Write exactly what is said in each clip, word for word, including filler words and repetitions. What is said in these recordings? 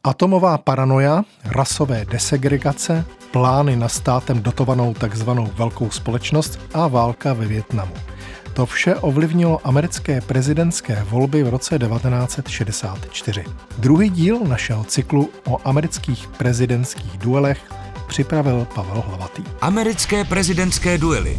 Atomová paranoja, rasové desegregace, plány na státem dotovanou takzvanou velkou společnost a válka ve Vietnamu. To vše ovlivnilo americké prezidentské volby v roce devatenáct set šedesát čtyři. Druhý díl našeho cyklu o amerických prezidentských duelech připravil Pavel Hlavatý. Americké prezidentské duely.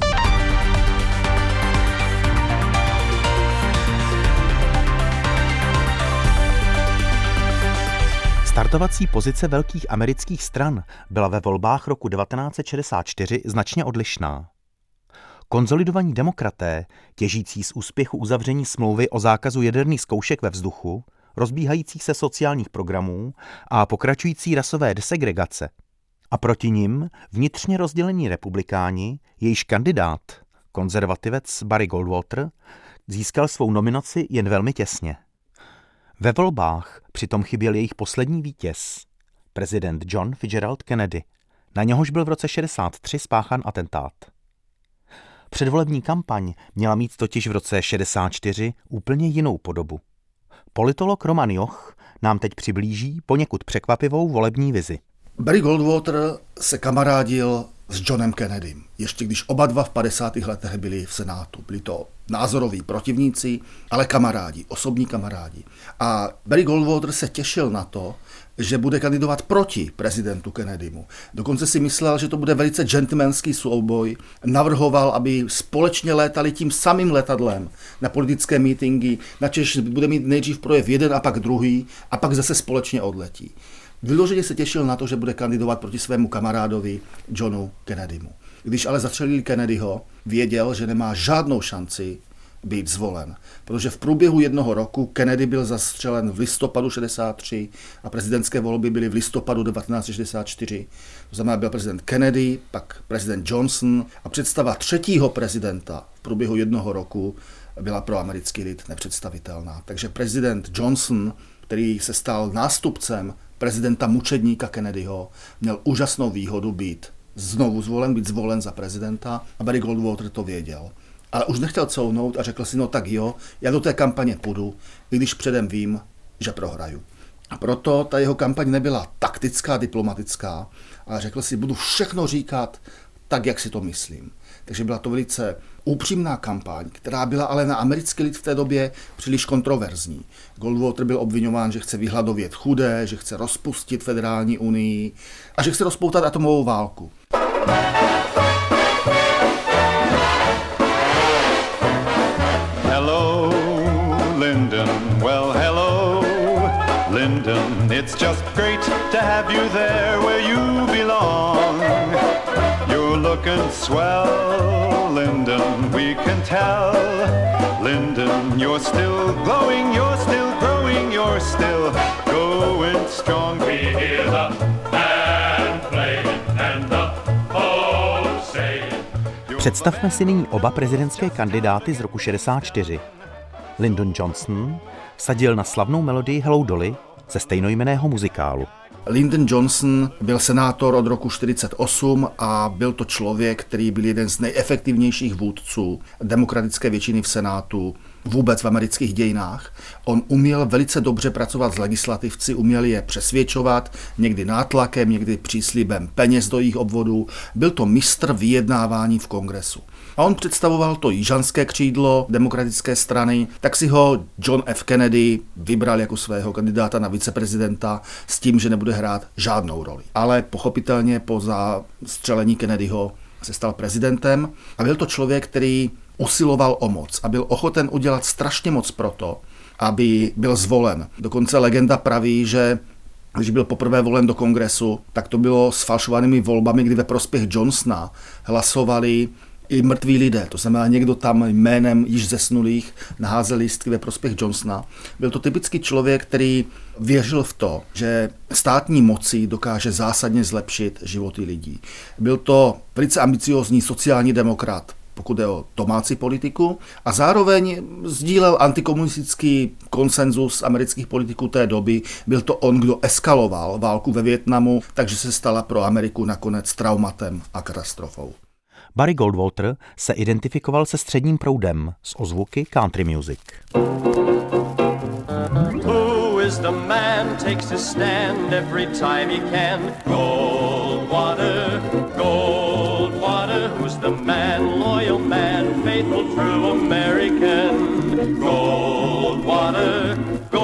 Startovací pozice velkých amerických stran byla ve volbách roku devatenáct set šedesát čtyři značně odlišná. Konzolidovaní demokraté, těžící z úspěchu uzavření smlouvy o zákazu jaderných zkoušek ve vzduchu, rozbíhajících se sociálních programů a pokračující rasové desegregace. A proti nim vnitřně rozdělení republikáni, jejíž kandidát, konzervativec Barry Goldwater, získal svou nominaci jen velmi těsně. Ve volbách přitom chyběl jejich poslední vítěz, prezident John Fitzgerald Kennedy, na něhož byl v roce šedesát tři spáchán atentát. Předvolební kampaň měla mít totiž v roce šedesát čtyři úplně jinou podobu. Politolog Roman Joch nám teď přiblíží poněkud překvapivou volební vizi. Barry Goldwater se kamarádil s Johnem Kennedym, ještě když oba dva v padesátých letech byli v Senátu. Byli to názoroví protivníci, ale kamarádi, osobní kamarádi. A Barry Goldwater se těšil na to, že bude kandidovat proti prezidentu Kennedymu. Dokonce si myslel, že to bude velice gentlemanský souboj. Navrhoval, aby společně létali tím samým letadlem na politické mítingy, načež bude mít nejdřív projev jeden a pak druhý a pak zase společně odletí. Vyloženě se těšil na to, že bude kandidovat proti svému kamarádovi Johnu Kennedymu. Když ale zatřelili Kennedyho, věděl, že nemá žádnou šanci být zvolen, protože v průběhu jednoho roku Kennedy byl zastřelen v listopadu šedesát tři a prezidentské volby byly v listopadu devatenáct set šedesát čtyři. To znamená, byl prezident Kennedy, pak prezident Johnson a představa třetího prezidenta v průběhu jednoho roku byla pro americký lid nepředstavitelná. Takže prezident Johnson, který se stal nástupcem prezidenta mučedníka Kennedyho, měl úžasnou výhodu být znovu zvolen, být zvolen za prezidenta a Barry Goldwater to věděl. Ale už nechtěl counout a řekl si, no tak jo, já do té kampaně půjdu, i když předem vím, že prohraju. A proto ta jeho kampaň nebyla taktická, diplomatická, ale řekl si, budu všechno říkat tak, jak si to myslím. Takže byla to velice upřímná kampaň, která byla ale na americký lid v té době příliš kontroverzní. Goldwater byl obviňován, že chce vyhladovět chudé, že chce rozpustit federální unii a že chce rozpoutat atomovou válku. Hello, Lyndon, well hello, Lyndon, it's just great to have you there where you belong. You're looking swell, Lyndon, we can tell. Lyndon, you're still glowing, you're still growing, you're still going strong. We hear the band playing and the folks saying. Představme si nyní oba prezidentské kandidáty z roku šedesát čtyři. Lyndon Johnson vsadil na slavnou melodii Hello Dolly ze stejnojmenného muzikálu. Lyndon Johnson byl senátor od roku čtyřicet osm a byl to člověk, který byl jeden z nejefektivnějších vůdců demokratické většiny v Senátu vůbec v amerických dějinách. On uměl velice dobře pracovat s legislativci, uměl je přesvědčovat, někdy nátlakem, někdy příslibem peněz do jejich obvodů. Byl to mistr vyjednávání v kongresu. A on představoval to jižanské křídlo demokratické strany, tak si ho John F. Kennedy vybral jako svého kandidáta na viceprezidenta s tím, že nebude hrát žádnou roli. Ale pochopitelně po zastřelení Kennedyho se stal prezidentem a byl to člověk, který usiloval o moc a byl ochoten udělat strašně moc proto, aby byl zvolen. Dokonce legenda praví, že když byl poprvé volen do kongresu, tak to bylo s falšovanými volbami, kdy ve prospěch Johnsona hlasovali i mrtví lidé. To znamená, někdo tam jménem již zesnulých naházel lístky ve prospěch Johnsona. Byl to typický člověk, který věřil v to, že státní moci dokáže zásadně zlepšit životy lidí. Byl to velice ambiciózní sociální demokrat, pokud je o domácí politiku, a zároveň sdílel antikomunistický konsenzus amerických politiků té doby. Byl to on, kdo eskaloval válku ve Vietnamu, takže se stala pro Ameriku nakonec traumatem a katastrofou. Barry Goldwater se identifikoval se středním proudem z ozvuky country music. Who is the man takes a stand every time he can. Goldwater, Goldwater, who's the man, loyal man, faithful, true American. Goldwater,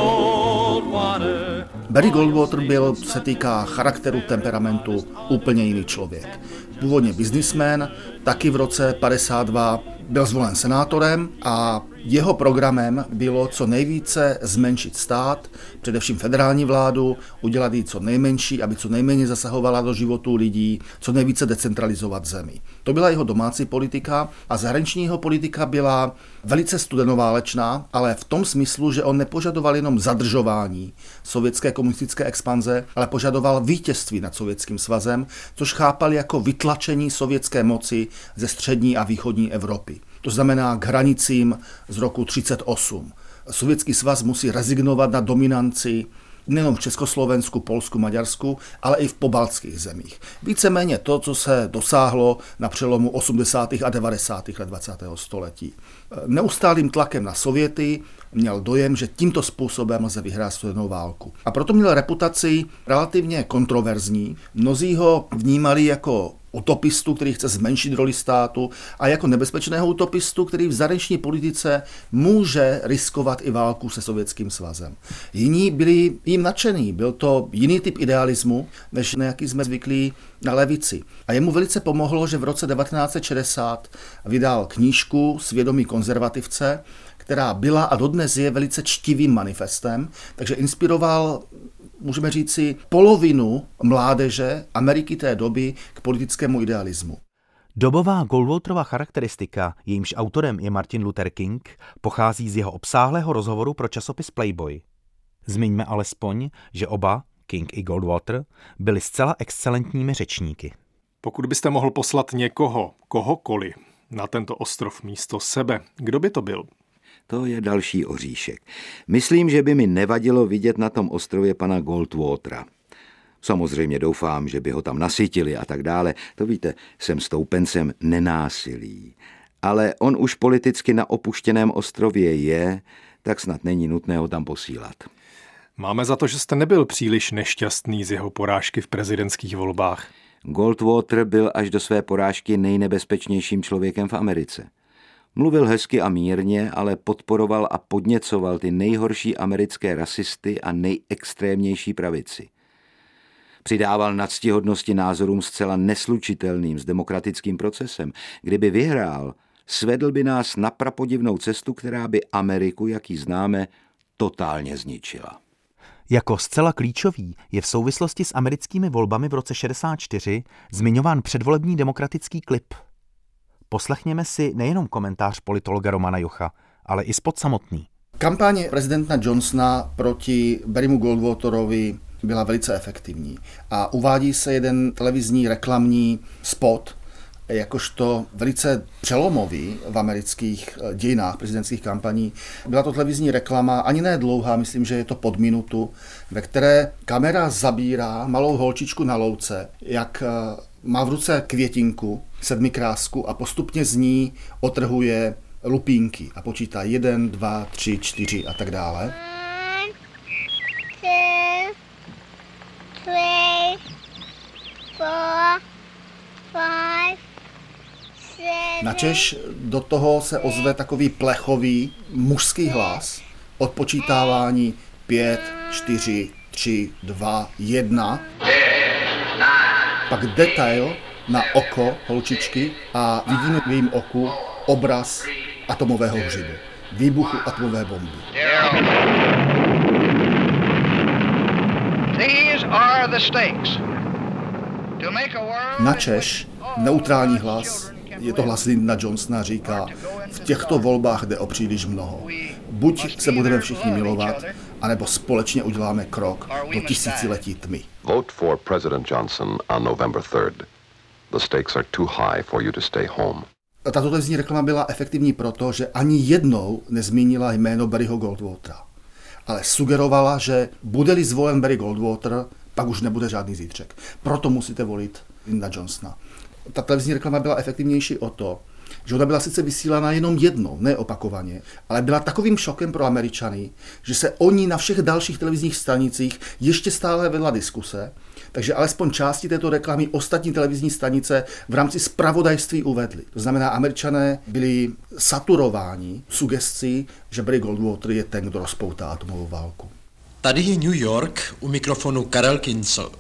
Goldwater. Barry Goldwater byl, se týká charakteru, temperamentu, úplně jiný člověk. Původně biznismen, taky v roce padesát dva byl zvolen senátorem a jeho programem bylo co nejvíce zmenšit stát, především federální vládu, udělat ji co nejmenší, aby co nejméně zasahovala do životů lidí, co nejvíce decentralizovat zemi. To byla jeho domácí politika a zahraniční jeho politika byla velice studenoválečná, ale v tom smyslu, že on nepožadoval jenom zadržování sovětské komunistické expanze, ale požadoval vítězství nad Sovětským svazem, což chápal jako vytlačení sovětské moci ze střední a východní Evropy. To znamená k hranicím z roku třicet osm. Sovětský svaz musí rezignovat na dominanci nejen v Československu, Polsku, Maďarsku, ale i v pobaltských zemích. Víceméně to, co se dosáhlo na přelomu osmdesátých a devadesátých let dvacátého století. Neustálým tlakem na Sověty měl dojem, že tímto způsobem lze vyhrát studenou válku. A proto měl reputaci relativně kontroverzní. Mnozí ho vnímali jako utopistu, který chce zmenšit roli státu, a jako nebezpečného utopistu, který v zahraniční politice může riskovat i válku se Sovětským svazem. Jiní byli jim nadšení, byl to jiný typ idealismu, než na jaký jsme zvyklí na levici. A jemu velice pomohlo, že v roce devatenáct set šedesát vydal knížku Svědomí konzervativce, která byla a dodnes je velice čtivým manifestem, takže inspiroval, můžeme říci, polovinu mládeže Ameriky té doby k politickému idealismu. Dobová Goldwaterova charakteristika, jejímž autorem je Martin Luther King, pochází z jeho obsáhlého rozhovoru pro časopis Playboy. Zmiňme alespoň, že oba, King i Goldwater, byli zcela excelentními řečníky. Pokud byste mohl poslat někoho, kohokoliv, na tento ostrov místo sebe, kdo by to byl? To je další oříšek. Myslím, že by mi nevadilo vidět na tom ostrově pana Goldwatera. Samozřejmě doufám, že by ho tam nasytili a tak dále. To víte, jsem stoupencem nenásilí. Ale on už politicky na opuštěném ostrově je, tak snad není nutné ho tam posílat. Máme za to, že jste nebyl příliš nešťastný z jeho porážky v prezidentských volbách. Goldwater byl až do své porážky nejnebezpečnějším člověkem v Americe. Mluvil hezky a mírně, ale podporoval a podněcoval ty nejhorší americké rasisty a nejextrémnější pravici. Přidával nadstihodnosti názorům zcela neslučitelným s demokratickým procesem. Kdyby vyhrál, svedl by nás na prapodivnou cestu, která by Ameriku, jak ji známe, totálně zničila. Jako zcela klíčový je v souvislosti s americkými volbami v roce šedesát čtyři zmiňován předvolební demokratický klip. Poslechněme si nejenom komentář politologa Romana Jocha, ale i spot samotný. Kampaň prezidenta Johnsona proti Barrymu Goldwaterovi byla velice efektivní a uvádí se jeden televizní reklamní spot, jakožto velice přelomový v amerických dějinách prezidentských kampaní. Byla to televizní reklama, ani ne dlouhá, myslím, že je to pod minutu, ve které kamera zabírá malou holčičku na louce, jak má v ruce květinku, sedmikrásku a postupně z ní otrhuje lupínky a počítá jeden, dva, tři, čtyři a tak dále. Načež do toho se ozve takový plechový mužský hlas, odpočítávání pět, čtyři, tři, dva, jedna. Pak detail na oko holčičky a vidíme v jejím oku obraz atomového hřibu, výbuchu atomové bomby. Načež neutrální hlas, je to hlas Lyndona Johnsona, říká, v těchto volbách jde o příliš mnoho. Buď se budeme všichni milovat, anebo společně uděláme krok do tisíciletí tmy. Vote for President Johnson on November third. The stakes are too high for you to stay home. Tato televizní reklama byla efektivní proto, že ani jednou nezmínila jméno Barryho Goldwatera, ale sugerovala, že bude-li zvolen Barry Goldwater, pak už nebude žádný zítřek. Proto musíte volit Lyndona Johnsona. Ta televizní reklama byla efektivnější o to, že ona byla sice vysílána jenom jednou, ne opakovaně, ale byla takovým šokem pro Američany, že se o ní na všech dalších televizních stanicích ještě stále vedla diskuse, takže alespoň části této reklamy ostatní televizní stanice v rámci zpravodajství uvedly. To znamená, Američané byli saturováni sugestí, že Barry Goldwater je ten, kdo rozpoutá atomovou válku. Tady je New York, u mikrofonu Karel Kincl.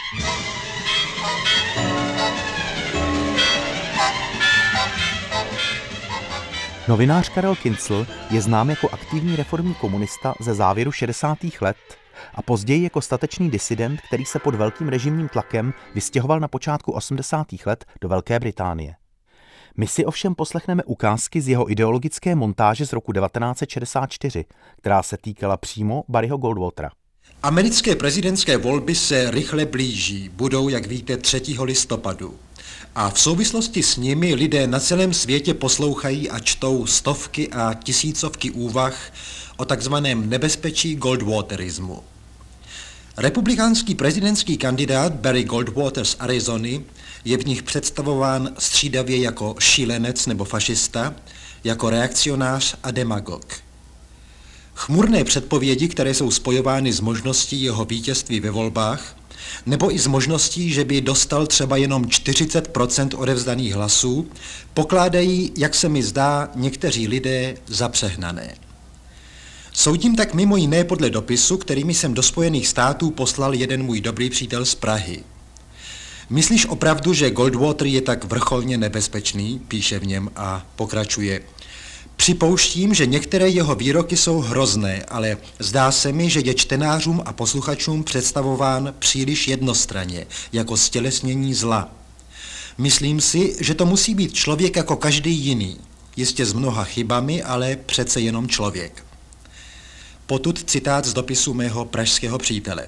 Novinář Karel Kincl je znám jako aktivní reformní komunista ze závěru šedesátých let a později jako statečný disident, který se pod velkým režimním tlakem vystěhoval na počátku osmdesátých let do Velké Británie. My si ovšem poslechneme ukázky z jeho ideologické montáže z roku devatenáct set šedesát čtyři, která se týkala přímo Barryho Goldwatera. Americké prezidentské volby se rychle blíží, budou, jak víte, třetího listopadu. A v souvislosti s nimi lidé na celém světě poslouchají a čtou stovky a tisícovky úvah o takzvaném nebezpečí goldwaterismu. Republikánský prezidentský kandidát Barry Goldwater z Arizony je v nich představován střídavě jako šílenec nebo fašista, jako reakcionář a demagog. Chmurné předpovědi, které jsou spojovány s možností jeho vítězství ve volbách, nebo i s možností, že by dostal třeba jenom čtyřicet procent odevzdaných hlasů, pokládají, jak se mi zdá, někteří lidé za přehnané. Soudím tak mimo jiné podle dopisu, kterými jsem do Spojených států poslal jeden můj dobrý přítel z Prahy. Myslíš opravdu, že Goldwater je tak vrcholně nebezpečný, píše v něm a pokračuje. Připouštím, že některé jeho výroky jsou hrozné, ale zdá se mi, že je čtenářům a posluchačům představován příliš jednostranně, jako stělesnění zla. Myslím si, že to musí být člověk jako každý jiný, jistě s mnoha chybami, ale přece jenom člověk. Potud citát z dopisu mého pražského přítele.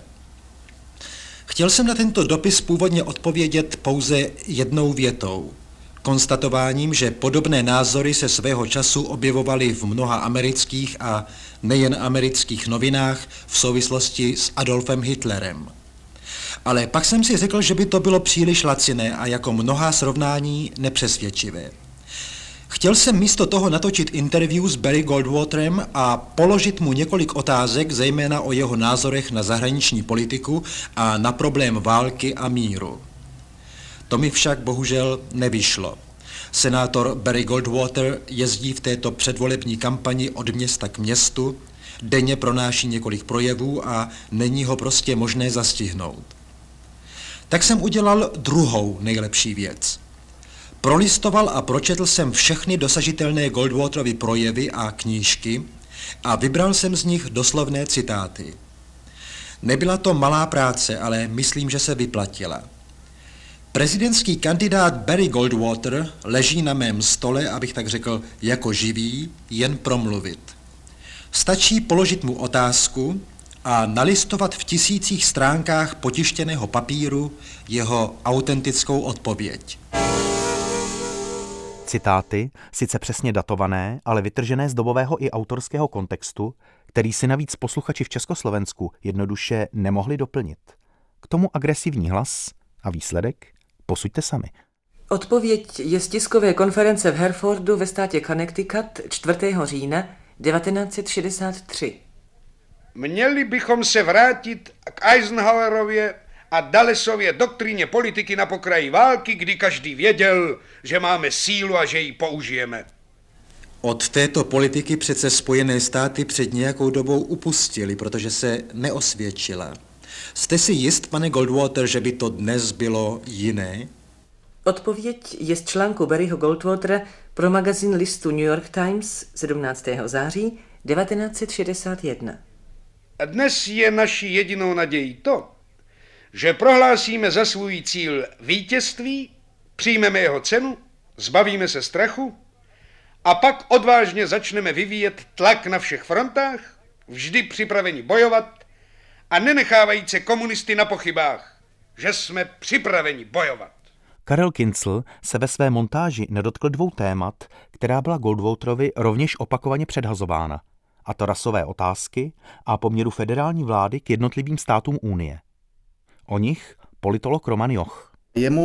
Chtěl jsem na tento dopis původně odpovědět pouze jednou větou. Konstatováním, že podobné názory se svého času objevovaly v mnoha amerických a nejen amerických novinách v souvislosti s Adolfem Hitlerem. Ale pak jsem si řekl, že by to bylo příliš laciné a jako mnohá srovnání nepřesvědčivé. Chtěl jsem místo toho natočit interview s Barry Goldwaterem a položit mu několik otázek, zejména o jeho názorech na zahraniční politiku a na problém války a míru. To mi však bohužel nevyšlo. Senátor Barry Goldwater jezdí v této předvolební kampani od města k městu, denně pronáší několik projevů a není ho prostě možné zastihnout. Tak jsem udělal druhou nejlepší věc. Prolistoval a pročetl jsem všechny dosažitelné Goldwaterovy projevy a knížky a vybral jsem z nich doslovné citáty. Nebyla to malá práce, ale myslím, že se vyplatila. Prezidentský kandidát Barry Goldwater leží na mém stole, abych tak řekl, jako živý, jen promluvit. Stačí položit mu otázku a nalistovat v tisících stránkách potištěného papíru jeho autentickou odpověď. Citáty, sice přesně datované, ale vytržené z dobového i autorského kontextu, který si navíc posluchači v Československu jednoduše nemohli doplnit. K tomu agresivní hlas a výsledek posuďte sami. Odpověď je z tiskové konference v Harefordu ve státě Connecticut čtvrtého října devatenáct set šedesát tři. Měli bychom se vrátit k Eisenhowerově a Dullesově doktríně politiky na pokraji války, kdy každý věděl, že máme sílu a že ji použijeme. Od této politiky přece Spojené státy před nějakou dobou upustili, protože se neosvědčila. Jste si jist, pane Goldwater, že by to dnes bylo jiné? Odpověď je z článku Barryho Goldwatera pro magazín listu New York Times sedmnáctého září devatenáct set šedesát jedna. A dnes je naší jedinou nadějí to, že prohlásíme za svůj cíl vítězství, přijmeme jeho cenu, zbavíme se strachu a pak odvážně začneme vyvíjet tlak na všech frontách, vždy připraveni bojovat a nenechávajíc se komunisty na pochybách, že jsme připraveni bojovat. Karel Kincl se ve své montáži nedotkl dvou témat, která byla Goldwaterovi rovněž opakovaně předhazována, a to rasové otázky a poměru federální vlády k jednotlivým státům Unie. O nich politolog Roman Joch. Jemu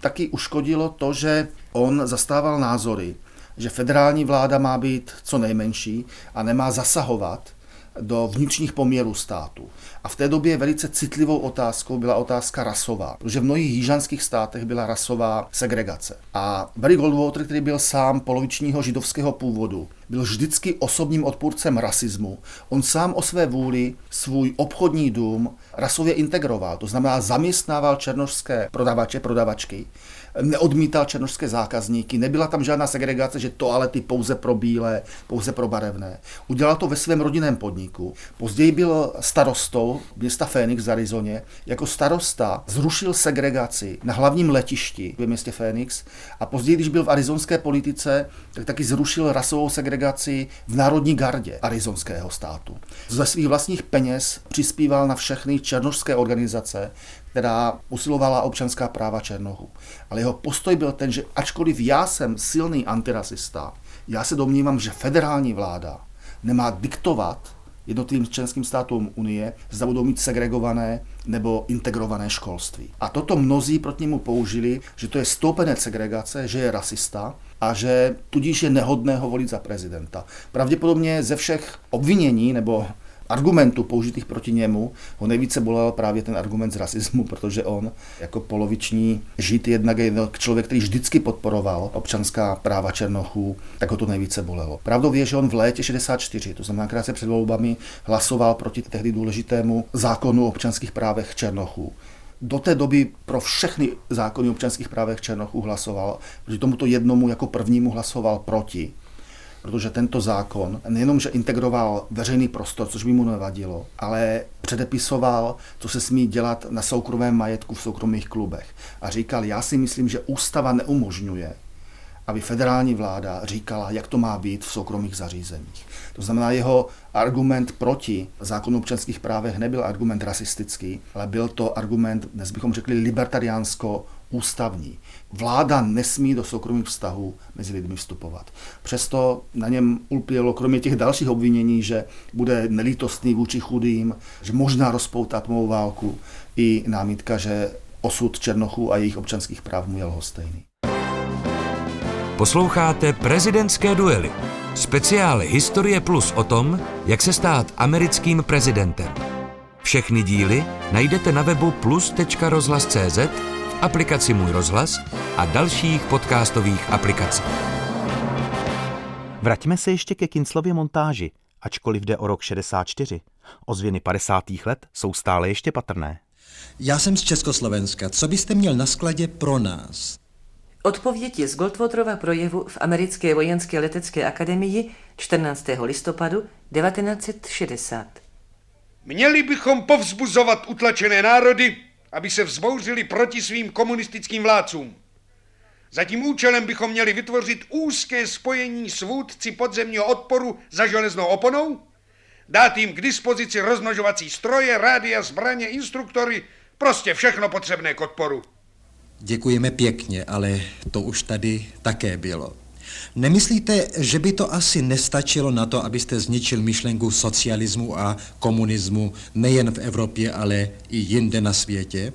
taky uškodilo to, že on zastával názory, že federální vláda má být co nejmenší a nemá zasahovat do vnitřních poměrů státu. A v té době velice citlivou otázkou byla otázka rasová, protože v mnohých jižanských státech byla rasová segregace. A Barry Goldwater, který byl sám polovičního židovského původu, byl vždycky osobním odpůrcem rasismu. On sám o své vůli svůj obchodní dům rasově integroval, to znamená zaměstnával černošské prodavače, prodavačky, neodmítal černošské zákazníky, nebyla tam žádná segregace, že toalety pouze pro bílé, pouze pro barevné. Udělal to ve svém rodinném podniku. Později byl starostou města Phoenix v Arizoně. Jako starosta zrušil segregaci na hlavním letišti ve městě Phoenix a později, když byl v arizonské politice, tak taky zrušil rasovou segregaci v Národní gardě arizonského státu. Ze svých vlastních peněz přispíval na všechny černošské organizace, která usilovala občanská práva Černochů. Ale jeho postoj byl ten, že ačkoliv já jsem silný antirasista, já se domnívám, že federální vláda nemá diktovat jednotlivým členským státům Unie, zda budou mít segregované nebo integrované školství. A toto mnozí proti němu použili, že to je stoupenec segregace, že je rasista a že tudíž je nehodné ho volit za prezidenta. Pravděpodobně ze všech obvinění nebo argumentů použitých proti němu ho nejvíce bolel právě ten argument z rasismu, protože on jako poloviční žid jednak je člověk, který vždycky podporoval občanská práva Černochů, tak ho to nejvíce bolelo. Pravdou je, že on v létě šedesát čtyři, to znamená krátce před volbami, hlasoval proti tehdy důležitému zákonu o občanských právech Černochů. Do té doby pro všechny zákony o občanských právech Černochů hlasoval, protože tomuto jednomu jako prvnímu hlasoval proti. Protože tento zákon nejenom, že integroval veřejný prostor, což by mu nevadilo, ale předepisoval, co se smí dělat na soukromém majetku v soukromých klubech. A říkal, já si myslím, že ústava neumožňuje, aby federální vláda říkala, jak to má být v soukromých zařízeních. To znamená, jeho argument proti zákonu o občanských právech nebyl argument rasistický, ale byl to argument, dnes bychom řekli, libertariánsko-ústavní. Vláda nesmí do soukromých vztahů mezi lidmi vstupovat. Přesto na něm ulpělo, kromě těch dalších obvinění, že bude nelítostný vůči chudým, že možná rozpoutá atomovou válku, i námitka, že osud Černochů a jejich občanských práv mu je lhostejný. Posloucháte Prezidentské duely. Speciál Historie Plus o tom, jak se stát americkým prezidentem. Všechny díly najdete na webu plus tečka rozhlas tečka cé zet, v aplikaci Můj rozhlas a dalších podcastových aplikacích. Vraťme se ještě ke Kinclově montáži, ačkoliv jde o rok šedesát čtyři. Ozvěny padesátých let jsou stále ještě patrné. Já jsem z Československa. Co byste měl na skladě pro nás? Odpověď je z Goldwaterova projevu v Americké vojenské letecké akademii čtrnáctého listopadu devatenáct set šedesát. Měli bychom povzbuzovat utlačené národy, aby se vzbouřili proti svým komunistickým vládcům. Za tím účelem bychom měli vytvořit úzké spojení s vůdci podzemního odporu za železnou oponou, dát jim k dispozici rozmnožovací stroje, rádia, zbraně, instruktory, prostě všechno potřebné k odporu. Děkujeme pěkně, ale to už tady také bylo. Nemyslíte, že by to asi nestačilo na to, abyste zničil myšlenku socialismu a komunismu nejen v Evropě, ale i jinde na světě?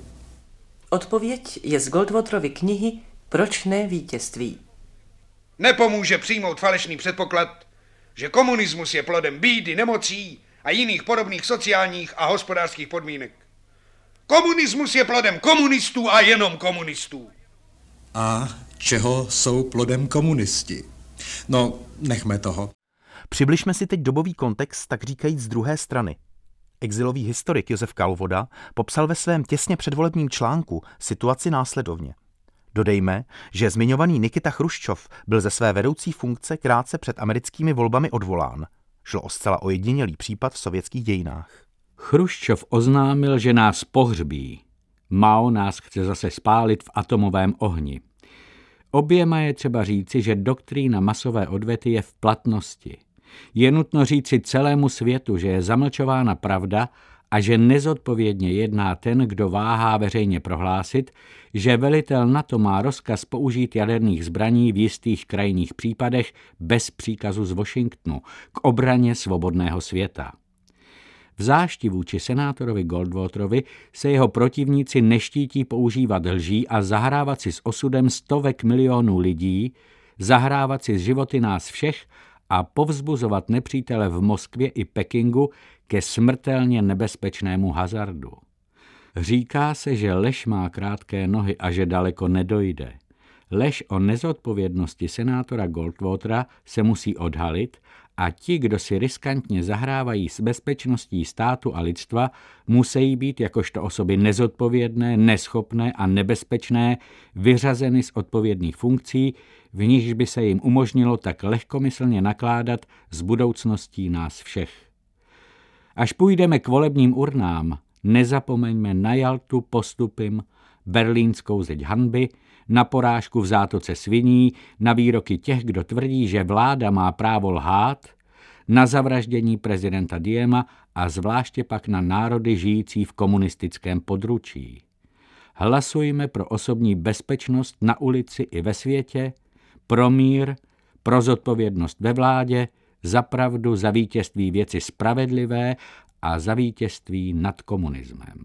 Odpověď je z Goldwaterovy knihy Proč ne vítězství. Nepomůže přijmout falešný předpoklad, že komunismus je plodem bídy, nemocí a jiných podobných sociálních a hospodářských podmínek. Komunismus je plodem komunistů a jenom komunistů. A čeho jsou plodem komunisti? No, nechme toho. Přibližme si teď dobový kontext, tak říkajíc z druhé strany. Exilový historik Josef Kalvoda popsal ve svém těsně předvolebním článku situaci následovně. Dodejme, že zmiňovaný Nikita Chruščov byl ze své vedoucí funkce krátce před americkými volbami odvolán. Šlo o zcela ojedinělý případ v sovětských dějinách. Chruščov oznámil, že nás pohřbí. Mao nás chce zase spálit v atomovém ohni. Oběma je třeba říci, že doktrína masové odvety je v platnosti. Je nutno říci celému světu, že je zamlčována pravda a že nezodpovědně jedná ten, kdo váhá veřejně prohlásit, že velitel NATO má rozkaz použít jaderných zbraní v jistých krajních případech bez příkazu z Washingtonu k obraně svobodného světa. V zášti vůči senátorovi Goldwaterovi se jeho protivníci neštítí používat lží a zahrávat si s osudem stovek milionů lidí, zahrávat si s životy nás všech a povzbuzovat nepřítele v Moskvě i Pekingu ke smrtelně nebezpečnému hazardu. Říká se, že lež má krátké nohy a že daleko nedojde. Lež o nezodpovědnosti senátora Goldwatera se musí odhalit a ti, kdo si riskantně zahrávají s bezpečností státu a lidstva, musí být jakožto osoby nezodpovědné, neschopné a nebezpečné vyřazeny z odpovědných funkcí, v nichž by se jim umožnilo tak lehkomyslně nakládat s budoucností nás všech. Až půjdeme k volebním urnám, nezapomeňme na Jaltu, Postupim, berlínskou zeď hanby, na porážku v zátoce sviní, na výroky těch, kdo tvrdí, že vláda má právo lhát, na zavraždění prezidenta Diema a zvláště pak na národy žijící v komunistickém područí. Hlasujme pro osobní bezpečnost na ulici i ve světě, pro mír, pro zodpovědnost ve vládě, za pravdu, za vítězství věci spravedlivé a za vítězství nad komunismem.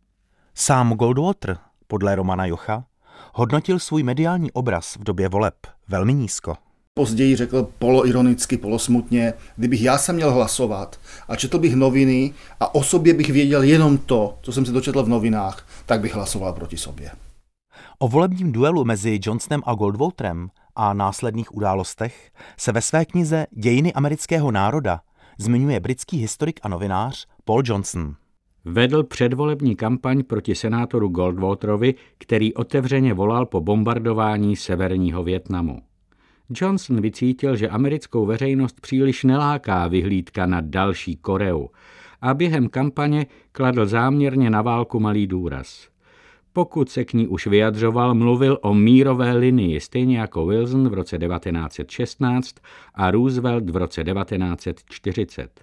Sám Goldwater, podle Romana Jocha, hodnotil svůj mediální obraz v době voleb velmi nízko. Později řekl poloironicky, polosmutně, kdybych já se měl hlasovat a četl bych noviny a o sobě bych věděl jenom to, co jsem se dočetl v novinách, tak bych hlasoval proti sobě. O volebním duelu mezi Johnsonem a Goldwaterem a následných událostech se ve své knize Dějiny amerického národa zmiňuje britský historik a novinář Paul Johnson. Vedl předvolební kampaň proti senátoru Goldwaterovi, který otevřeně volal po bombardování severního Vietnamu. Johnson vycítil, že americkou veřejnost příliš neláká vyhlídka na další Koreu a během kampaně kladl záměrně na válku malý důraz. Pokud se k ní už vyjadřoval, mluvil o mírové linii, stejně jako Wilson v roce devatenáct set šestnáct a Roosevelt v roce devatenáct set čtyřicet.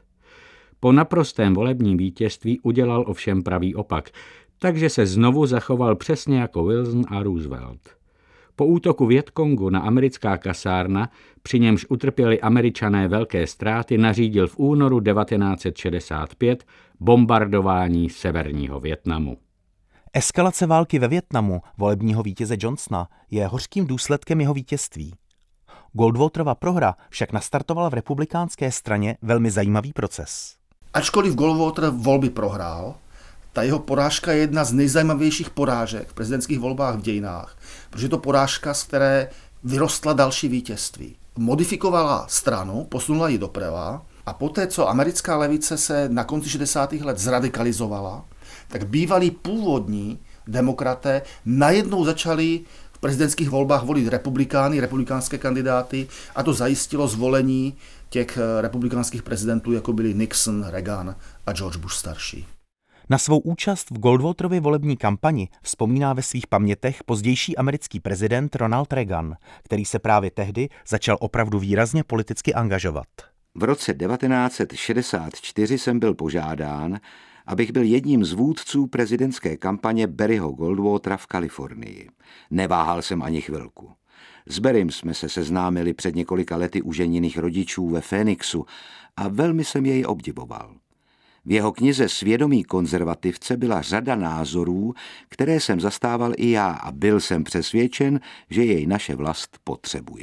Po naprostém volebním vítězství udělal ovšem pravý opak, takže se znovu zachoval přesně jako Wilson a Roosevelt. Po útoku Vietkongu na americká kasárna, při němž utrpěli Američané velké ztráty, nařídil v únoru devatenáct set šedesát pět bombardování severního Vietnamu. Eskalace války ve Vietnamu volebního vítěze Johnsona je hořkým důsledkem jeho vítězství. Goldwaterova prohra však nastartovala v republikánské straně velmi zajímavý proces. Ačkoliv Goldwater volby prohrál, ta jeho porážka je jedna z nejzajímavějších porážek v prezidentských volbách v dějinách, protože je to porážka, z které vyrostla další vítězství. Modifikovala stranu, posunula ji doprava a poté, co americká levice se na konci šedesátých let zradikalizovala, tak bývalí původní demokraté najednou začali v prezidentských volbách volit republikány, republikánské kandidáty a to zajistilo zvolení těch republikánských prezidentů, jako byli Nixon, Reagan a George Bush starší. Na svou účast v Goldwaterově volební kampani vzpomíná ve svých pamětech pozdější americký prezident Ronald Reagan, který se právě tehdy začal opravdu výrazně politicky angažovat. V roce devatenáct set šedesát čtyři jsem byl požádán, abych byl jedním z vůdců prezidentské kampaně Barryho Goldwatera v Kalifornii. Neváhal jsem ani chvilku. S Barrym jsme se seznámili před několika lety u ženiných rodičů ve Phoenixu a velmi jsem jej obdivoval. V jeho knize Svědomí konzervativce byla řada názorů, které jsem zastával i já a byl jsem přesvědčen, že jej naše vlast potřebuje.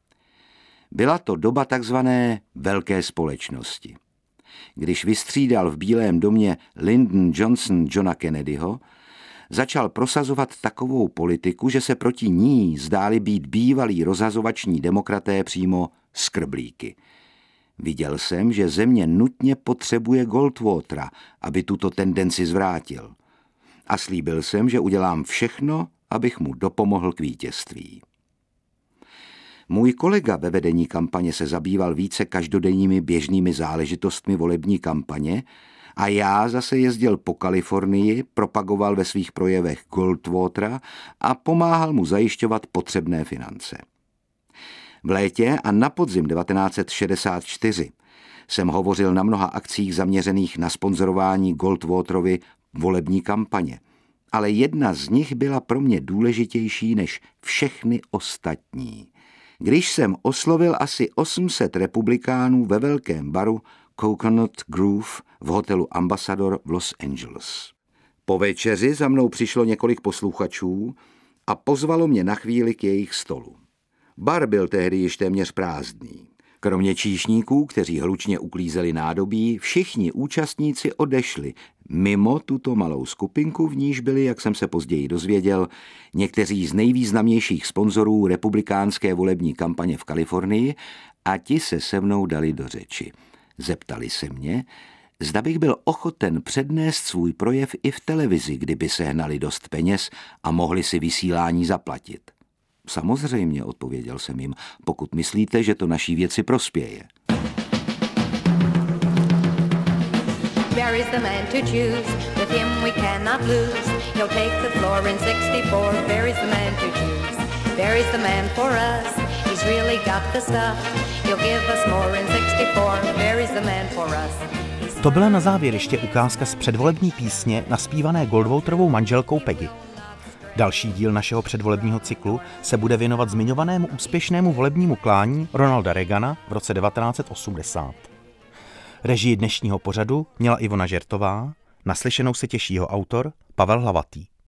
Byla to doba takzvané velké společnosti. Když vystřídal v Bílém domě Lyndon Johnson Johna Kennedyho, začal prosazovat takovou politiku, že se proti ní zdáli být bývalí rozhazovační demokraté přímo skrblíky. Viděl jsem, že země nutně potřebuje Goldwatera, aby tuto tendenci zvrátil. A slíbil jsem, že udělám všechno, abych mu dopomohl k vítězství. Můj kolega ve vedení kampaně se zabýval více každodenními běžnými záležitostmi volební kampaně a já zase jezdil po Kalifornii, propagoval ve svých projevech Goldwatera a pomáhal mu zajišťovat potřebné finance. V létě a na podzim devatenáct set šedesát čtyři jsem hovořil na mnoha akcích zaměřených na sponzorování Goldwaterovy volební kampaně, ale jedna z nich byla pro mě důležitější než všechny ostatní. Když jsem oslovil asi osm set republikánů ve velkém baru Coconut Grove v hotelu Ambassador v Los Angeles. Po večeři za mnou přišlo několik posluchačů a pozvalo mě na chvíli k jejich stolu. Bar byl tehdy již téměř prázdný. Kromě číšníků, kteří hlučně uklízeli nádobí, všichni účastníci odešli, mimo tuto malou skupinku, v níž byli, jak jsem se později dozvěděl, někteří z nejvýznamnějších sponzorů republikánské volební kampaně v Kalifornii a ti se se mnou dali do řeči. Zeptali se mě, zda bych byl ochoten přednést svůj projev i v televizi, kdyby sehnali dost peněz a mohli si vysílání zaplatit. Samozřejmě, odpověděl jsem jim, pokud myslíte, že to naší věci prospěje. Barry's the man to choose, with him we cannot lose. He'll take the floor in sixty-four, Barry's the man to choose. Barry's the man for us, he's really got the stuff. He'll give us more in sixty-four, Barry's the man for us. To byla na závěr ještě ukázka z předvolební písně naspívané Goldwaterovou manželkou Peggy. Další díl našeho předvolebního cyklu se bude věnovat zmiňovanému úspěšnému volebnímu klání Ronalda Reagana v roce devatenáct set osmdesát. Režii dnešního pořadu měla Ivona Žertová, naslyšenou se těší jeho autor Pavel Hlavatý.